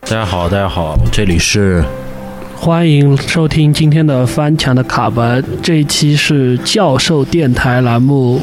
大家好，大家好，这里是欢迎收听今天的翻墙的卡门，这一期是教授电台栏目。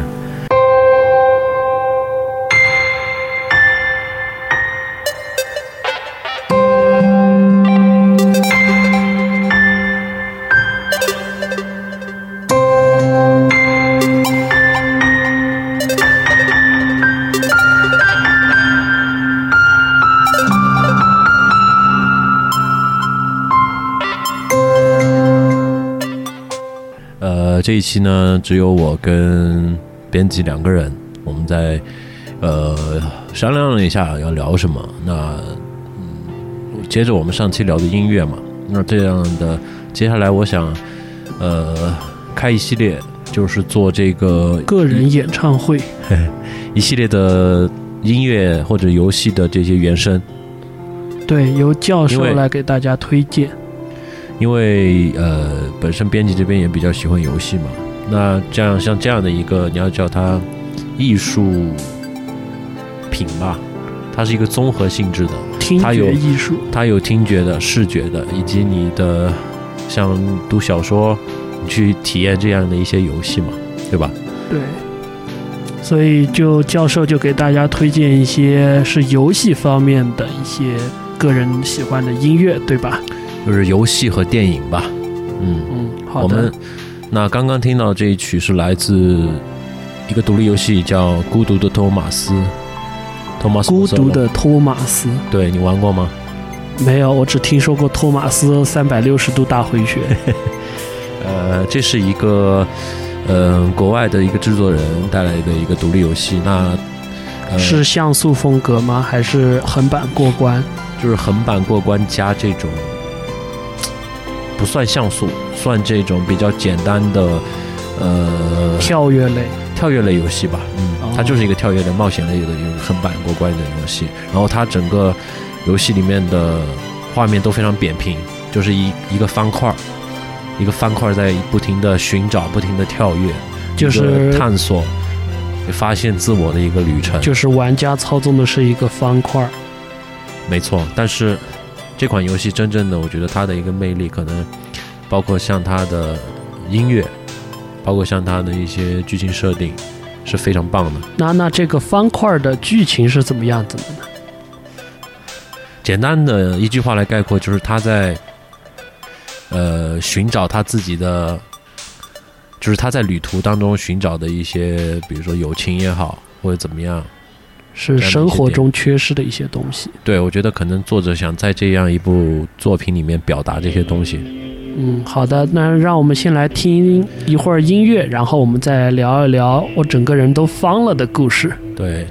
这一期呢，只有我跟编辑两个人，我们在商量了一下要聊什么。那接着我们上期聊的音乐嘛，那这样的接下来我想开一系列，就是做这个个人演唱会， 一系列的音乐或者游戏的这些原声。 对，由教授来给大家推荐。 因为本身编辑这边也比较喜欢游戏嘛，那像这样的一个，你要叫它艺术品吧，它是一个综合性质的， 听觉艺术， 它有听觉的、视觉的，以及你的像读小说，你去体验这样的一些游戏嘛，对吧？ 对，所以教授就给大家推荐一些是游戏方面的一些个人喜欢的音乐，对吧？ 就是游戏和电影吧。 好的。 我们那刚刚听到这一曲是来自一个独立游戏叫《孤独的托马斯》。 孤独的托马斯， 对，你玩过吗？ 没有，我只听说过托马斯360度大回旋。 这是一个国外的一个制作人带来的一个独立游戏。那是像素风格吗？还是横版过关？ 就是横版过关加这种不算像素，算这种比较简单的跳跃类游戏吧。它就是一个跳跃类冒险类的横版过关的游戏。然后它整个游戏里面的画面都非常扁平，就是一个方块在不停的寻找、不停的跳跃，就是探索、发现自我的一个旅程。 就是玩家操纵的是一个方块。 没错，但是这款游戏真正的，我觉得它的一个魅力，可能包括像它的音乐，包括像它的一些剧情设定，是非常棒的。 那这个方块的剧情是怎么样子的呢？ 简单的一句话来概括，就是他在寻找他自己的，就是他在旅途当中寻找的一些，比如说友情也好，或者怎么样。 是生活中缺失的一些东西。 对，我觉得可能作者想在这样一部作品里面表达这些东西。 好的，那让我们先来听一会儿音乐，然后我们再聊一聊我整个人都方了的故事。 对，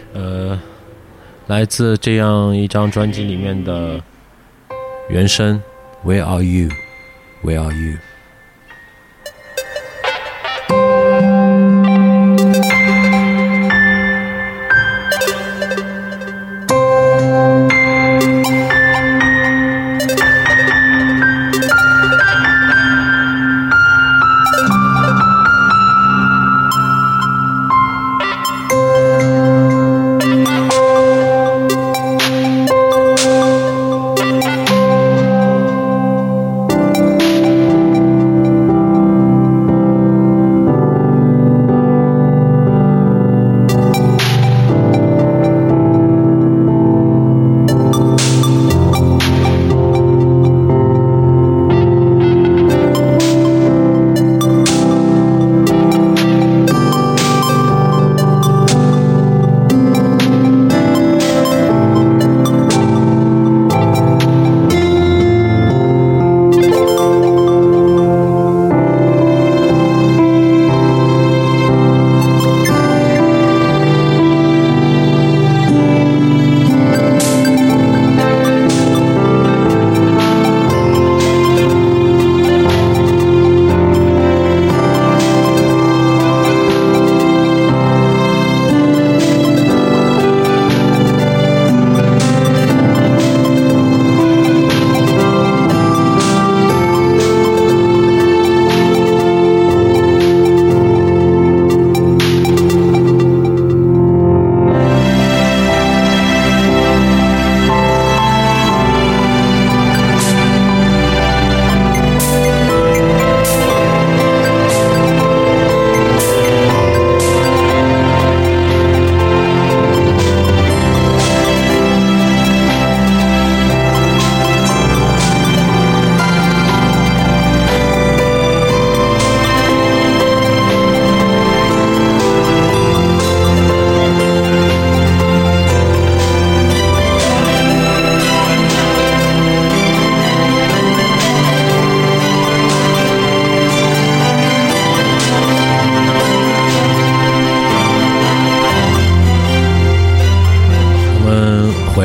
来自这样一张专辑里面的原声 Where are you? Where are you?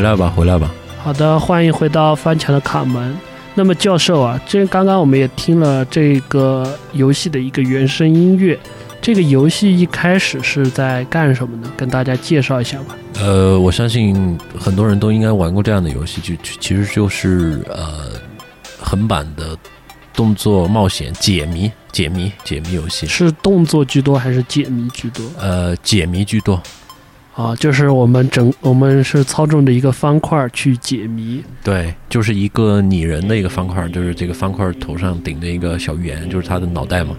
来吧。 好的，欢迎回到翻墙的卡门。那么教授啊，刚刚我们也听了这个游戏的一个原声音乐，这个游戏一开始是在干什么呢？跟大家介绍一下吧。 我相信很多人都应该玩过这样的游戏，其实就是横版的动作冒险解谜游戏。是动作居多还是解谜居多？ 解谜居多。 就是我们是操纵着一个方块去解谜。 对，就是一个拟人的一个方块，就是这个方块头上顶着一个小圆，就是他的脑袋嘛。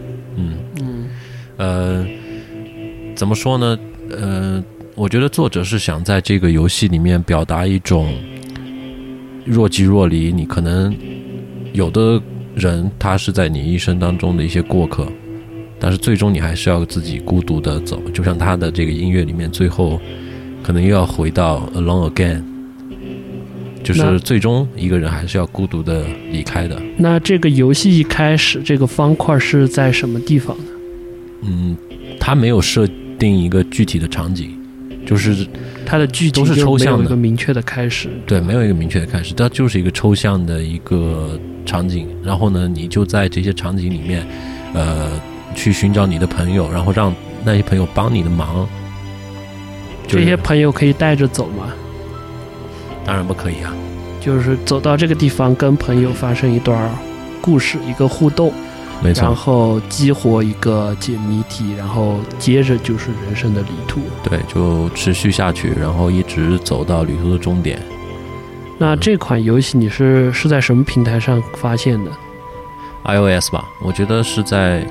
怎么说呢？我觉得作者是想在这个游戏里面表达一种若即若离，你可能有的人他是在你一生当中的一些过客，但是最终你还是要自己孤独的走，就像他的这个音乐里面最后可能又要回到 Alone Again， 就是最终一个人还是要孤独的离开的。 那这个游戏一开始这个方块是在什么地方呢？ 他没有设定一个具体的场景，就是它的剧情都是抽象的， 没有一个明确的开始。 对，没有一个明确的开始，它就是一个抽象的一个场景。然后呢，你就在这些场景里面，去寻找你的朋友，然后让那些朋友帮你的忙。 这些朋友可以带着走吗？ 当然不可以啊。 就是走到这个地方，跟朋友发生一段故事，一个互动。 没错， 然后激活一个解谜题，然后接着就是人生的旅途。 对，就持续下去，然后一直走到旅途的终点。 那这款游戏你是在什么平台上发现的？ iOS 吧，我觉得是在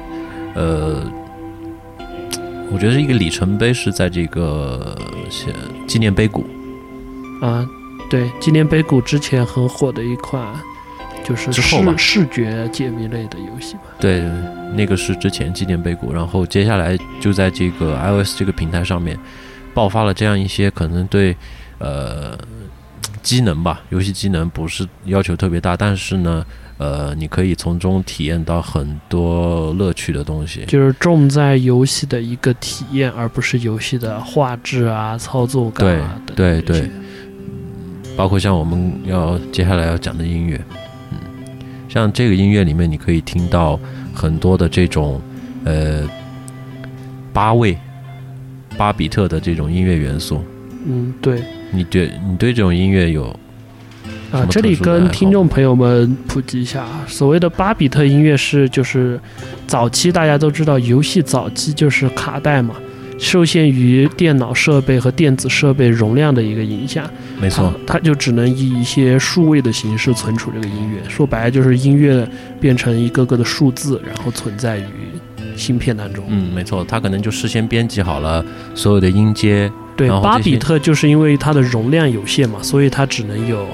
我觉得一个里程碑是在这个纪念碑谷啊，对，纪念碑谷之前很火的一款。就是视觉解谜类的游戏吧。对， 那个是之前纪念碑谷，然后接下来就在这个 iOS 这个平台上面爆发了这样一些可能对机能吧，游戏机能不是要求特别大，但是呢你可以从中体验到很多乐趣的东西， 就是重在游戏的一个体验，而不是游戏的画质啊、操作感啊等。 对，包括像我们接下来要讲的音乐。像这个音乐里面，你可以听到很多的这种8比特的这种音乐元素。 对。 你对这种音乐有什么特殊的爱好？ 这里跟听众朋友们普及一下，所谓的8比特音乐就是早期大家都知道，游戏早期就是卡带嘛，受限于电脑设备和电子设备容量的一个影响。 没错， 它就只能以一些数位的形式存储这个音乐。说白了就是音乐变成一个个的数字，然后存在于芯片当中。 没错，它可能就事先编辑好了所有的音阶。 对，8比特就是因为它的容量有限嘛，所以它只能有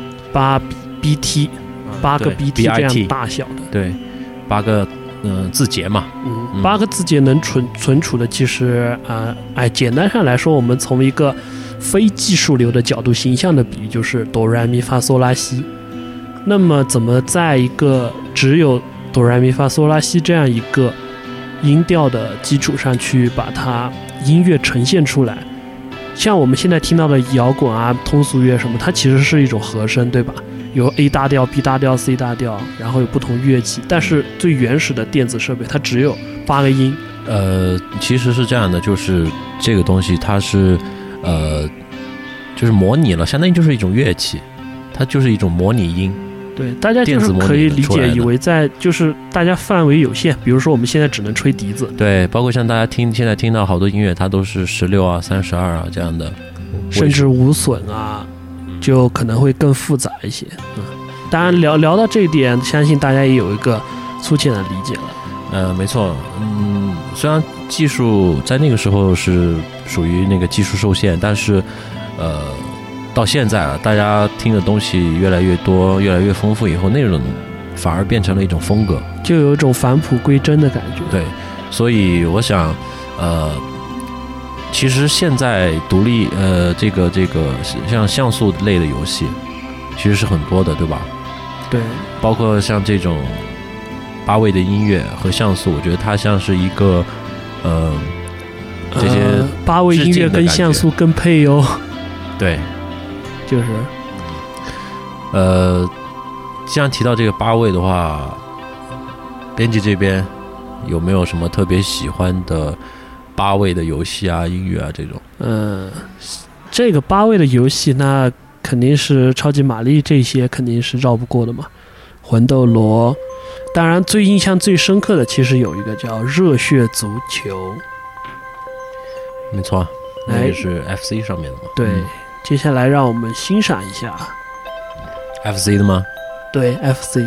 8个 BT 这样大小的。 对，8个字节嘛。 8个字节能存储的，其实简单上来说，我们从一个非技术流的角度形象的比喻就是哆来咪发嗦拉西。那么怎么在一个只有哆来咪发嗦拉西这样一个音调的基础上去把它音乐呈现出来？像我们现在听到的摇滚啊、通俗乐什么，它其实是一种和声，对吧？有 A 大调、B 大调、C 大调，然后有不同乐器，但是最原始的电子设备它只有8个音。 其实是这样的，就是这个东西它是就是模拟了，相当于就是一种乐器，它就是一种模拟音。 对，大家就是可以理解以为就是大家范围有限，比如说我们现在只能吹笛子。 对，包括像大家现在听到好多音乐，它都是16啊、32啊这样的， 甚至无损啊，就可能会更复杂一些。当然聊到这一点，相信大家也有一个粗浅的理解了。 没错，虽然技术在那个时候是属于那个技术受限，但是到现在大家听的东西越来越多、越来越丰富以后，那种反而变成了一种风格， 就有一种返璞归真的感觉。 对，所以我想，其实现在独立这个像像素类的游戏，其实是很多的，对吧？ 对， 包括像这种8位的音乐和像素，我觉得它像是一个这些 8位音乐跟像素更配哦。 对， 就是， 既然提到这个8位的话，编辑这边有没有什么特别喜欢的8位的游戏啊、音乐啊这种？ 这个8位的游戏，那肯定是超级玛丽这些肯定是绕不过的嘛。魂斗罗，当然最印象最深刻的其实有一个叫热血足球， 没错，那个是 FC 上面的嘛。 对，接下来让我们欣赏一下 FC 的吗？ 对 FC。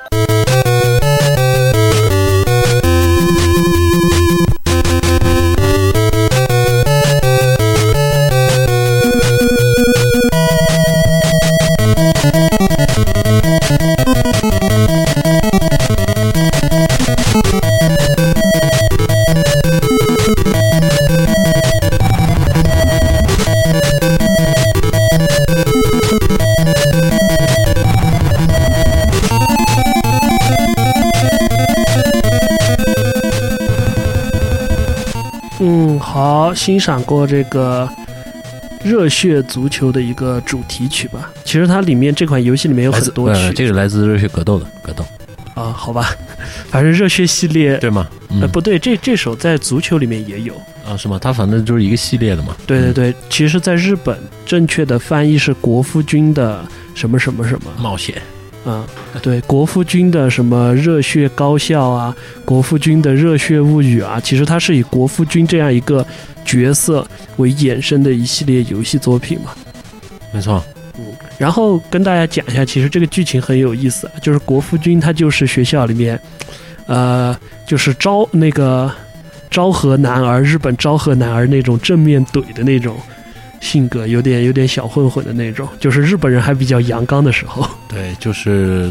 好，欣赏过这个热血足球的一个主题曲吧。其实它里面这款游戏里面有很多曲， 这个来自热血格斗的格斗啊，好吧，反正热血系列对吗？ 不对，这首在足球里面也有啊，是吗？它反正就是一个系列的嘛。 对对对，其实在日本正确的翻译是国夫君的什么什么什么冒险。 对，国夫君的什么热血高校啊，国夫君的热血物语啊，其实它是以国夫君这样一个角色为衍生的一系列游戏作品嘛。 没错。 然后跟大家讲一下，其实这个剧情很有意思，就是国夫君他就是学校里面，就是昭和男儿，日本昭和男儿那种正面怼的那种性格，有点小混混的那种，就是日本人还比较阳刚的时候。 对，就是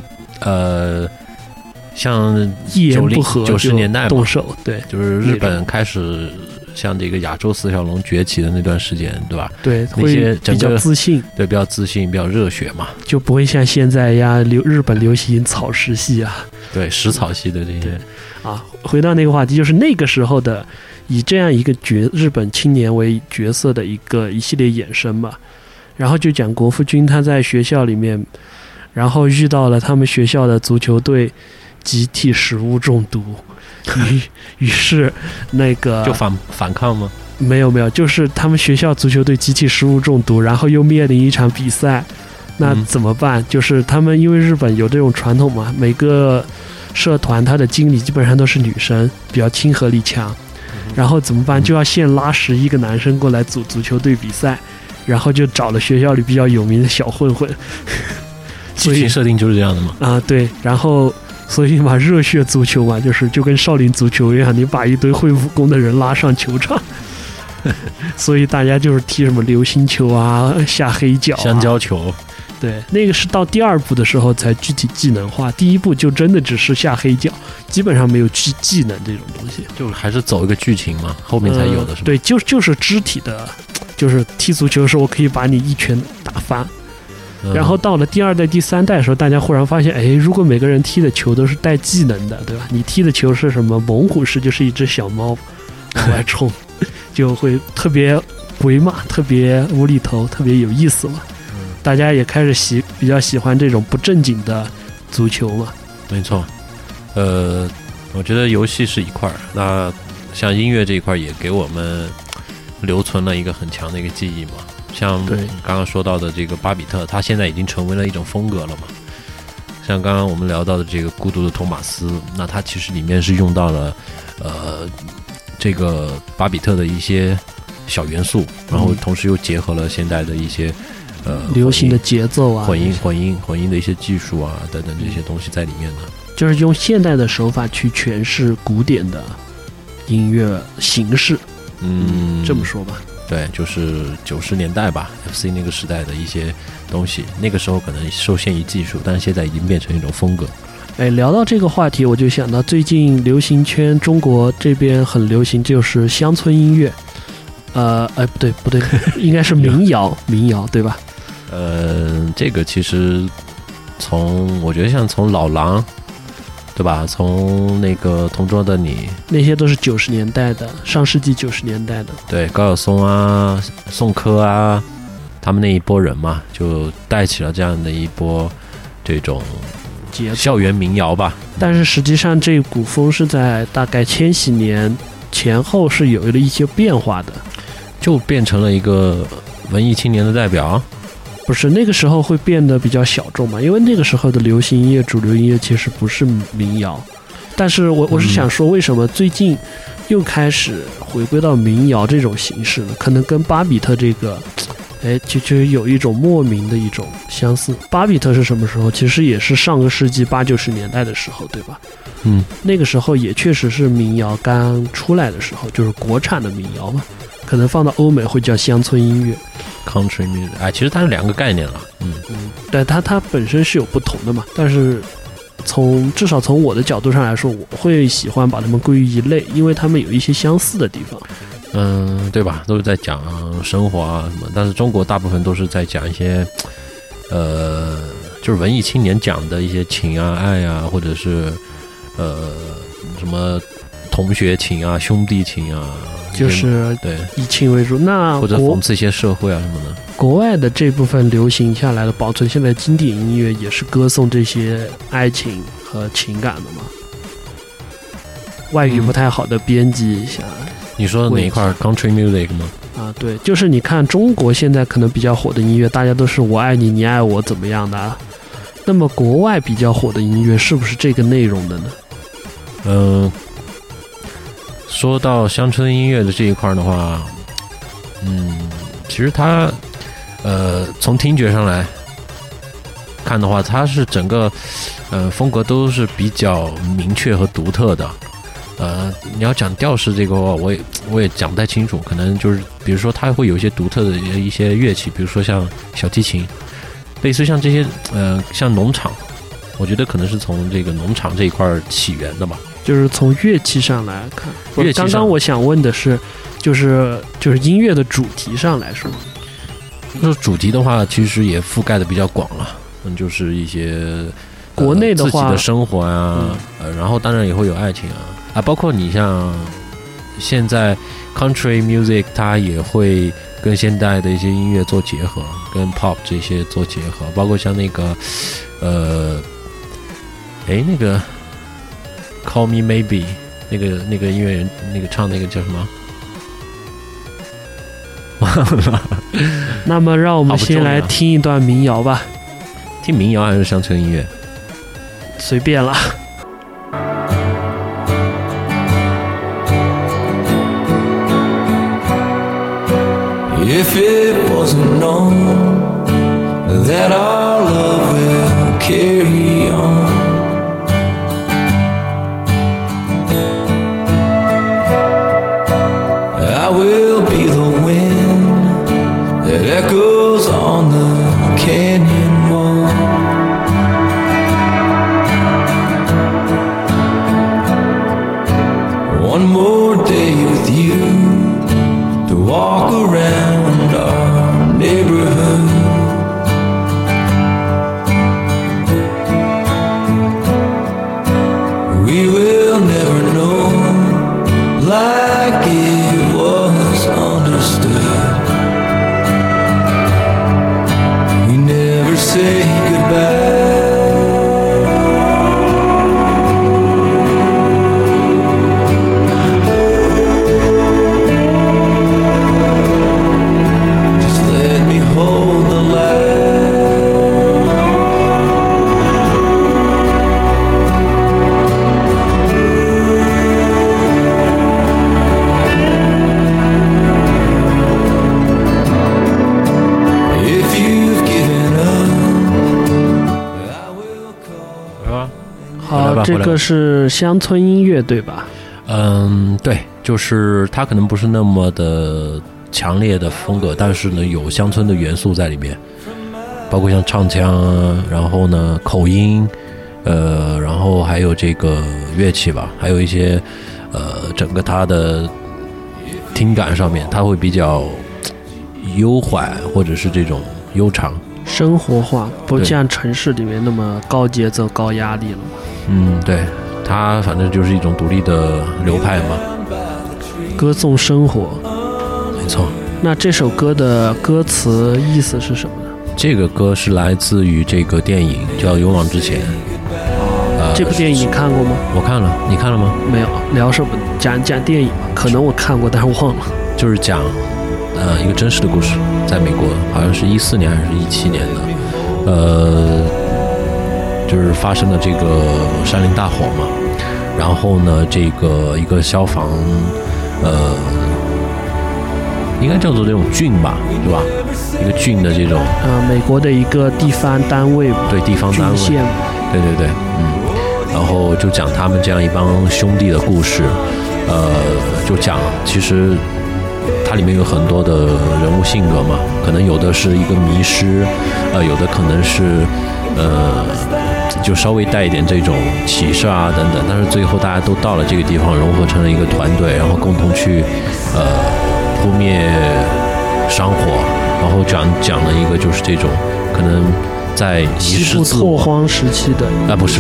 像一言不合 90年代动手，对， 就是日本开始像这个亚洲四小龙崛起的那段时间，对吧？ 对， 那些比较自信， 对，比较自信，比较热血嘛， 就不会像现在呀，日本流行草食系啊， 对，食草系的这些啊。回到那个话题，就是那个时候的以这样一个日本青年为角色的一系列衍生嘛。然后就讲国夫君他在学校里面，然后遇到了他们学校的足球队集体食物中毒，于是那个就反抗吗？ 没有，就是他们学校足球队集体食物中毒，然后又面临一场比赛，那怎么办？就是他们因为日本有这种传统嘛，每个社团他的经理基本上都是女生，比较亲和力强，然后怎么办？就要现拉11个男生过来组足球队比赛，然后就找了学校里比较有名的小混混。 剧情设定就是这样的嘛？ 啊，对，然后所以嘛，热血足球嘛，就跟少林足球一样，你把一堆会武功的人拉上球场，所以大家就是踢什么流星球啊、下黑脚、 香蕉球。 对，那个是到第2部的时候才具体技能化，第1部就真的只是下黑脚，基本上没有技能这种东西， 就还是走一个剧情嘛，后面才有的是吧？ 对，就是肢体的，就是踢足球的时候，我可以把你一拳打翻。然后到了第2代、第3代的时候，大家忽然发现，哎，如果每个人踢的球都是带技能的，对吧？你踢的球是什么？猛虎式就是一只小猫往外冲，就会特别鬼马，特别无厘头，特别有意思嘛。大家也开始比较喜欢这种不正经的足球嘛。 没错。我觉得游戏是一块儿，那像音乐这一块也给我们留存了一个很强的一个记忆嘛。像刚刚说到的这个巴比特，它现在已经成为了一种风格了嘛。像刚刚我们聊到的这个孤独的托马斯，那它其实里面是用到了这个巴比特的一些小元素，然后同时又结合了现代的一些流行的节奏啊， 混音的一些技术啊等等这些东西在里面的，就是用现代的手法去诠释古典的音乐形式。这么说吧。 对，就是90年代吧 ，FC 那个时代的一些东西，那个时候可能受限于技术，但是现在已经变成一种风格。 哎，聊到这个话题，我就想到最近流行圈中国这边很流行，就是乡村音乐。不对，应该是民谣，对吧？ 这个其实我觉得像从老狼。对吧？从那个同桌的你， 那些都是90年代的，上世纪90年代的。 对，高晓松啊，宋柯啊， 他们那一波人嘛，就带起了这样的一波这种校园民谣吧。 但是实际上这股风是在大概千禧年前后是有了一些变化的， 就变成了一个文艺青年的代表。 不是，那个时候会变得比较小众嘛，因为那个时候的流行音乐、主流音乐其实不是民谣。但是我是想说，为什么最近又开始回归到民谣这种形式呢？可能跟巴比特这个，就有一种莫名的一种相似。巴比特是什么时候？其实也是上个世纪80、90年代的时候，对吧？那个时候也确实是民谣刚出来的时候，就是国产的民谣嘛，可能放到欧美会叫乡村音乐。 Country music， 其实它是两个概念了。 对，它本身是有不同的嘛，但是至少从我的角度上来说，我会喜欢把它们归于一类，因为它们有一些相似的地方。 对吧？都是在讲生活啊什么，但是中国大部分都是在讲一些，就是文艺青年讲的一些情啊、爱啊，或者是什么同学情啊、兄弟情啊。 就是对以情为主，那或者讽刺一些社会啊什么的。 国外的这部分流行下来的、保存下来的经典音乐，也是歌颂这些爱情和情感的嘛。外语不太好的编辑一下。 你说的哪一块 ？Country music 吗？ 对，就是你看中国现在可能比较火的音乐，大家都是我爱你，你爱我，怎么样的啊？那么国外比较火的音乐是不是这个内容的呢？ 说到乡村音乐的这一块的话，其实它，从听觉上来看的话，它是整个，风格都是比较明确和独特的。你要讲调式这个话，我也讲不太清楚，可能就是比如说它会有一些独特的一些乐器，比如说像小提琴，类似像这些，像农场，我觉得可能是从这个农场这一块起源的吧。 就是从乐器上来看，刚刚我想问的是，就是音乐的主题上来说， 就是主题的话，其实也覆盖的比较广了，就是一些国内的话， 自己的生活啊，然后当然也会有爱情啊，包括你像现在 country music， 它也会跟现代的一些音乐做结合，跟 pop 这些做结合，包括像那个那个 Call Me Maybe 那个音乐人，那个唱那个叫什么？忘了。 那么让我们先来听一段民谣吧。 听民谣还是乡村音乐？ 随便了。 If it wasn't known that our love will carry on, I will be the wind that echoes on the canyon wall. One more day with you to walk around our neighborhood. We will never know like it was understood. We never say goodbye. 这个是乡村音乐对吧？ 对，就是它可能不是那么的强烈的风格，但是呢有乡村的元素在里面，包括像唱腔啊，然后呢口音，然后还有这个乐器吧，还有一些整个它的听感上面，它会比较悠缓或者是这种悠长。 生活化，不像城市里面那么高节奏、高压力了嘛。 对，它反正就是一种独立的流派嘛， 歌颂生活。 没错。 那这首歌的歌词意思是什么呢？ 这个歌是来自于这个电影叫《勇往直前》。 这部电影你看过吗？ 我看了，你看了吗？ 没有。聊什么？讲电影吗？可能我看过，但是忘了。 就是讲一个真实的故事，在美国好像是14年还是17年的，就是发生了这个山林大火嘛。然后呢，这个一个消防应该叫做这种郡吧，是吧？一个郡的这种美国的一个地方单位， 对，地方单位，对对对，然后就讲他们这样一帮兄弟的故事，就讲其实它里面有很多的人物性格嘛，可能有的是一个迷失，有的可能是就稍微带一点这种歧视啊等等，但是最后大家都到了这个地方，融合成了一个团队，然后共同去扑灭山火，然后讲了一个就是这种可能在迷失自我拓荒时期的不是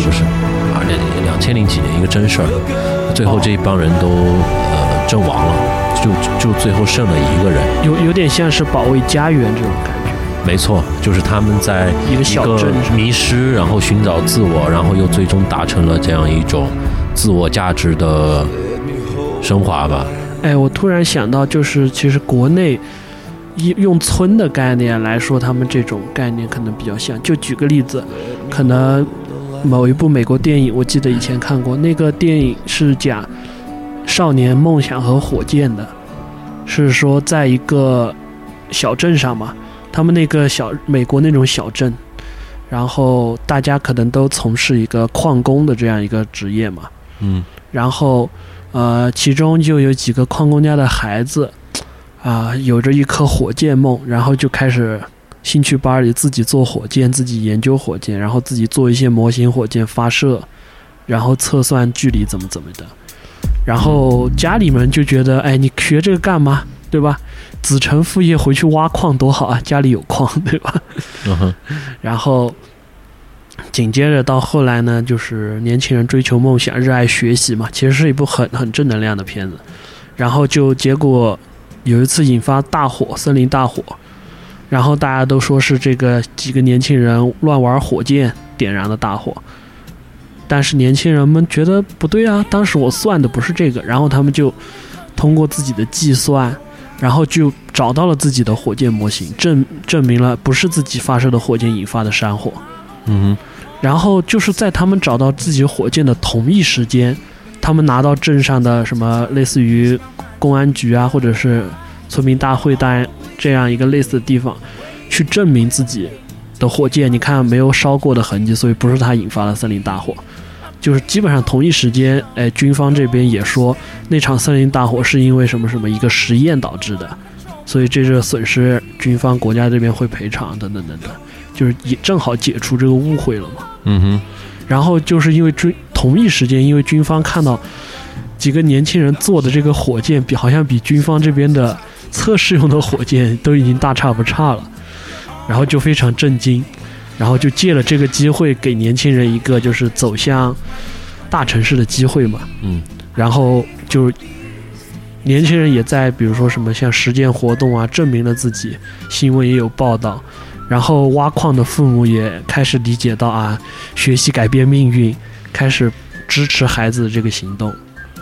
2000几年一个真事儿，最后这一帮人都阵亡了，就最后剩了一个人， 有点像是保卫家园这种感觉。 没错，就是他们在一个小镇迷失，然后寻找自我，然后又最终达成了这样一种自我价值的升华吧。 我突然想到，就是其实国内用村的概念来说，他们这种概念可能比较像。就举个例子，可能某一部美国电影，我记得以前看过，那个电影是讲少年梦想和火箭的，是说在一个小镇上嘛，他们那个美国那种小镇，然后大家可能都从事一个矿工的这样一个职业嘛，然后其中就有几个矿工家的孩子有着一颗火箭梦，然后就开始兴趣班里自己做火箭，自己研究火箭，然后自己做一些模型火箭发射，然后测算距离怎么的。然后家里面就觉得，你学这个干嘛，对吧？子承父业回去挖矿多好啊，家里有矿，对吧？然后紧接着到后来呢，就是年轻人追求梦想，热爱学习嘛，其实是一部很正能量的片子。然后就结果有一次引发大火，森林大火，然后大家都说是这个几个年轻人乱玩火箭点燃的大火。但是年轻人们觉得不对啊，当时我算的不是这个，然后他们就通过自己的计算，然后就找到了自己的火箭模型，证明了不是自己发射的火箭引发的山火。然后就是在他们找到自己火箭的同一时间，他们拿到镇上的什么类似于公安局啊，或者是村民大会这样一个类似的地方，去证明自己的火箭，你看没有烧过的痕迹，所以不是它引发了森林大火。就是基本上同一时间，军方这边也说那场森林大火是因为什么一个实验导致的，所以这个损失军方国家这边会赔偿等等等等，就是也正好解除这个误会了嘛。然后就是因为同一时间，因为军方看到几个年轻人做的这个火箭好像比军方这边的测试用的火箭都已经大差不差了，然后就非常震惊，然后就借了这个机会给年轻人一个就是走向大城市的机会嘛。然后就年轻人也在比如说什么像实践活动啊，证明了自己，新闻也有报道，然后挖矿的父母也开始理解到学习改变命运，开始支持孩子的这个行动。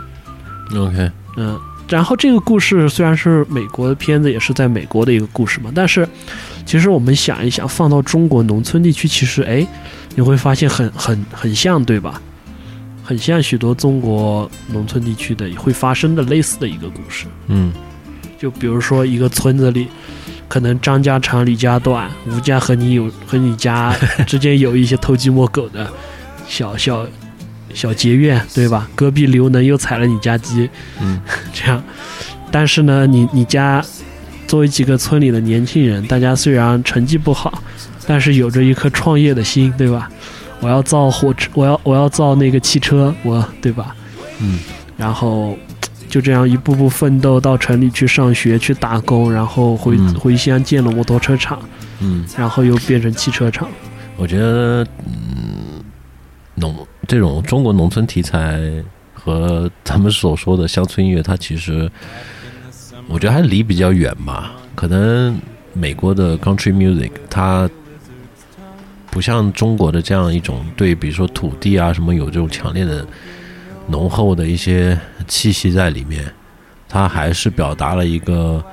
OK， 然后这个故事虽然是美国的片子，也是在美国的一个故事嘛，但是其实我们想一想，放到中国农村地区，其实你会发现很像，对吧？很像许多中国农村地区的会发生的类似的一个故事。就比如说一个村子里，可能张家长李家短，吴家和你家之间有一些偷鸡摸狗的小结怨，对吧？隔壁刘能又踩了你家鸡，这样。但是呢，你家作为几个村里的年轻人，大家虽然成绩不好，但是有着一颗创业的心，对吧？我要造火车，我要造那个汽车，对吧？然后就这样一步步奋斗，到城里去上学去打工，然后回乡建了摩托车厂，然后又变成汽车厂。 我觉得这种中国农村题材和咱们所说的乡村音乐，它其实我觉得还离比较远吧。 可能美国的 country music 它不像中国的这样一种对比如说土地啊什么有这种强烈的浓厚的一些气息在里面，它还是表达了一个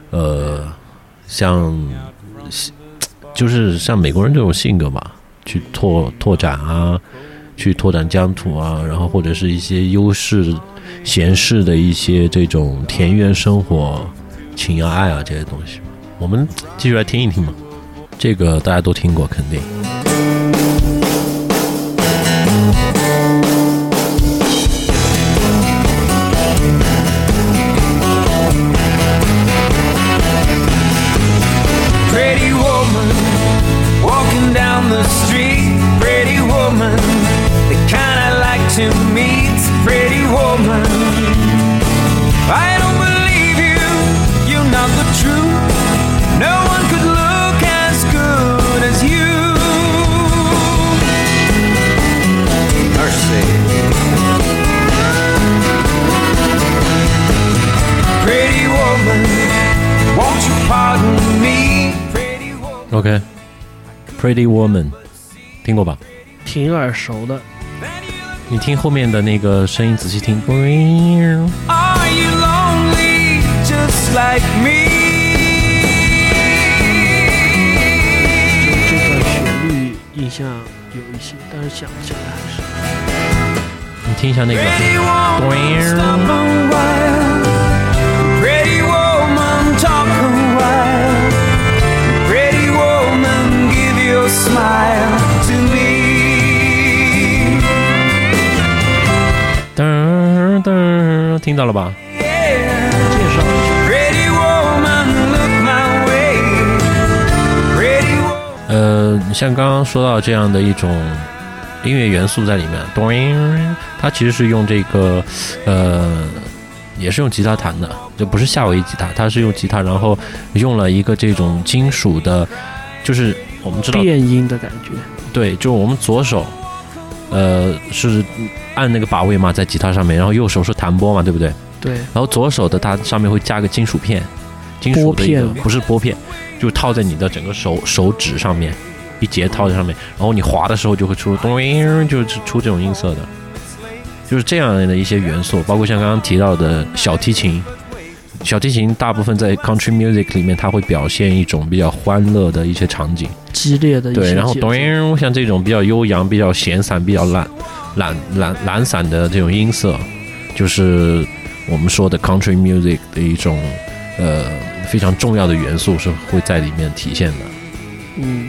就是像美国人这种性格吧，去拓展啊，去拓展疆土啊，然后或者是一些优势闲适的一些这种田园生活、情啊爱啊这些东西。我们继续来听一听嘛，这个大家都听过肯定。 To meet pretty woman, I don't believe you, you're not the truth. No one could look as good as you. Mercy. Pretty woman, won't you pardon me? Pretty woman. OK, Pretty Woman 听过吧？ 挺耳熟的。 你听后面的那个声音仔细听。 Are you lonely just like me? 这个旋律印象有一些，但是想不起来还是。 你听一下那个。 Pretty woman, stop a while. Pretty woman, talk a while. Pretty woman, give your smile to me. 噔噔，听到了吧？ 介绍一下。 Pretty woman, look my way. Pretty woman. 像刚刚说到这样的一种音乐元素在里面，它其实是用这个也是用吉他弹的，就不是夏威夷吉他，它是用吉他，然后用了一个这种金属的，就是我们知道电音的感觉。 对，就是我们左手是按那个把位嘛，在吉他上面，然后右手是弹拨嘛，对不对？ 对。 然后左手的它上面会加个金属片，金属的一个不是拨片，就套在你的整个手指上面，一节套在上面，然后你滑的时候就会出咚，就是出这种音色的，就是这样的一些元素，包括像刚刚提到的小提琴。小提琴大部分在 country music 里面，它会表现一种比较欢乐的一些场景， 激烈的一些对，然后咚，像这种比较悠扬、比较闲散、比较懒散的这种音色，就是我们说的 country music 的一种非常重要的元素，是会在里面体现的。 嗯。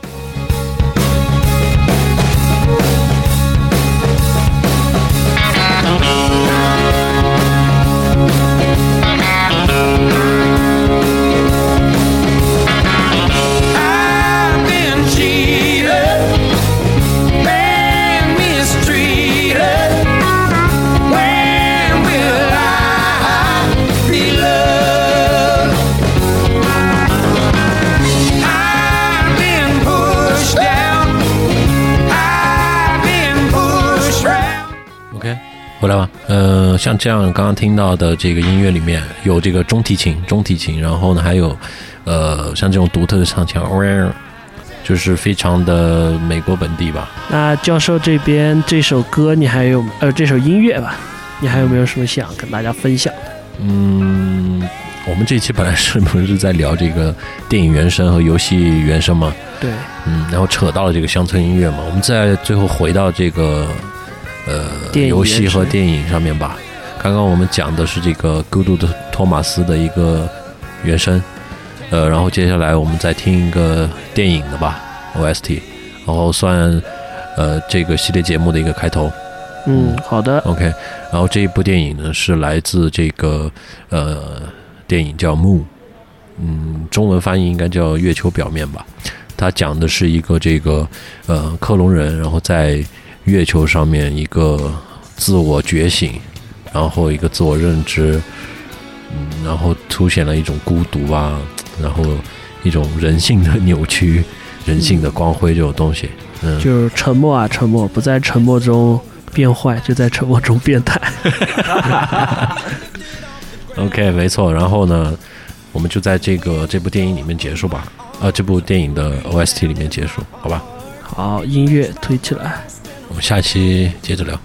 回来吧。像这样刚刚听到的这个音乐里面有这个中提琴，然后呢还有像这种独特的唱腔，就是非常的美国本地吧。 那教授这边这首歌你还有这首音乐吧，你还有没有什么想跟大家分享的？ 我们这一期本来是不是在聊这个电影原声和游戏原声嘛？ 对。 然后扯到了这个乡村音乐嘛，我们再最后回到这个游戏和电影上面吧。刚刚我们讲的是这个孤独的托马斯的一个原声，然后接下来我们再听一个电影的吧 OST， 然后算这个系列节目的一个开头。 好的 OK。然后这一部电影呢是来自这个电影叫 Moon， 中文翻译应该叫月球表面吧。它讲的是一个这个克隆人，然后在月球上面一个自我觉醒，然后一个自我认知，然后凸显了一种孤独啊，然后一种人性的扭曲、人性的光辉这种东西。 就是沉默啊，沉默，不在沉默中变坏，就在沉默中变态。 OK， 没错。然后呢， 我们就在这部电影里面结束吧，这部电影的 OST 里面结束，好吧？ 好，音乐推起来， 我们下期接着聊。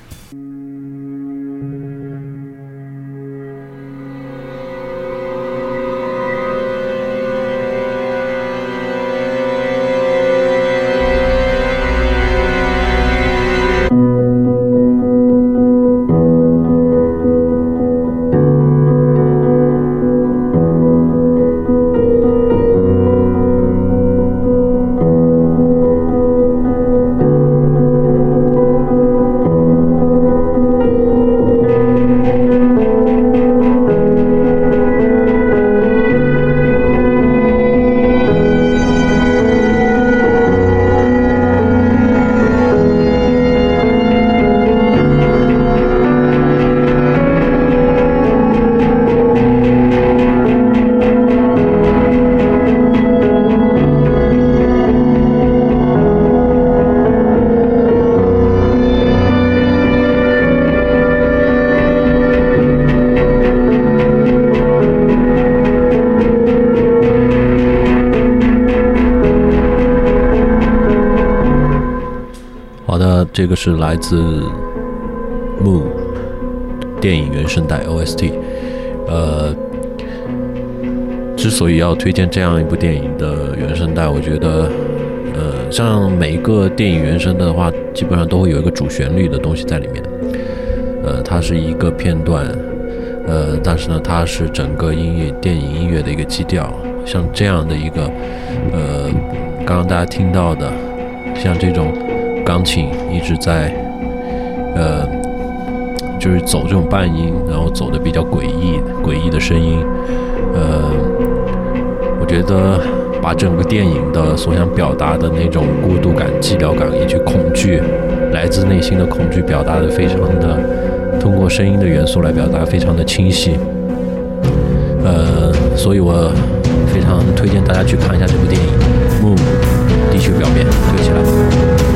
这个是来自 Moon 电影原声带 OST。之所以要推荐这样一部电影的原声带，我觉得像每一个电影原声的话，基本上都会有一个主旋律的东西在里面。它是一个片段，但是呢，它是整个电影音乐的一个基调。像这样的一个刚刚大家听到的，像这种钢琴一直在就是走这种半音，然后走的比较诡异的声音，我觉得把整个电影的所想表达的那种孤独感、寂寥感以及恐惧，来自内心的恐惧表达的非常的，通过声音的元素来表达非常的清晰，所以我非常推荐大家去看一下这部电影《Moon 地球表面》，推起来。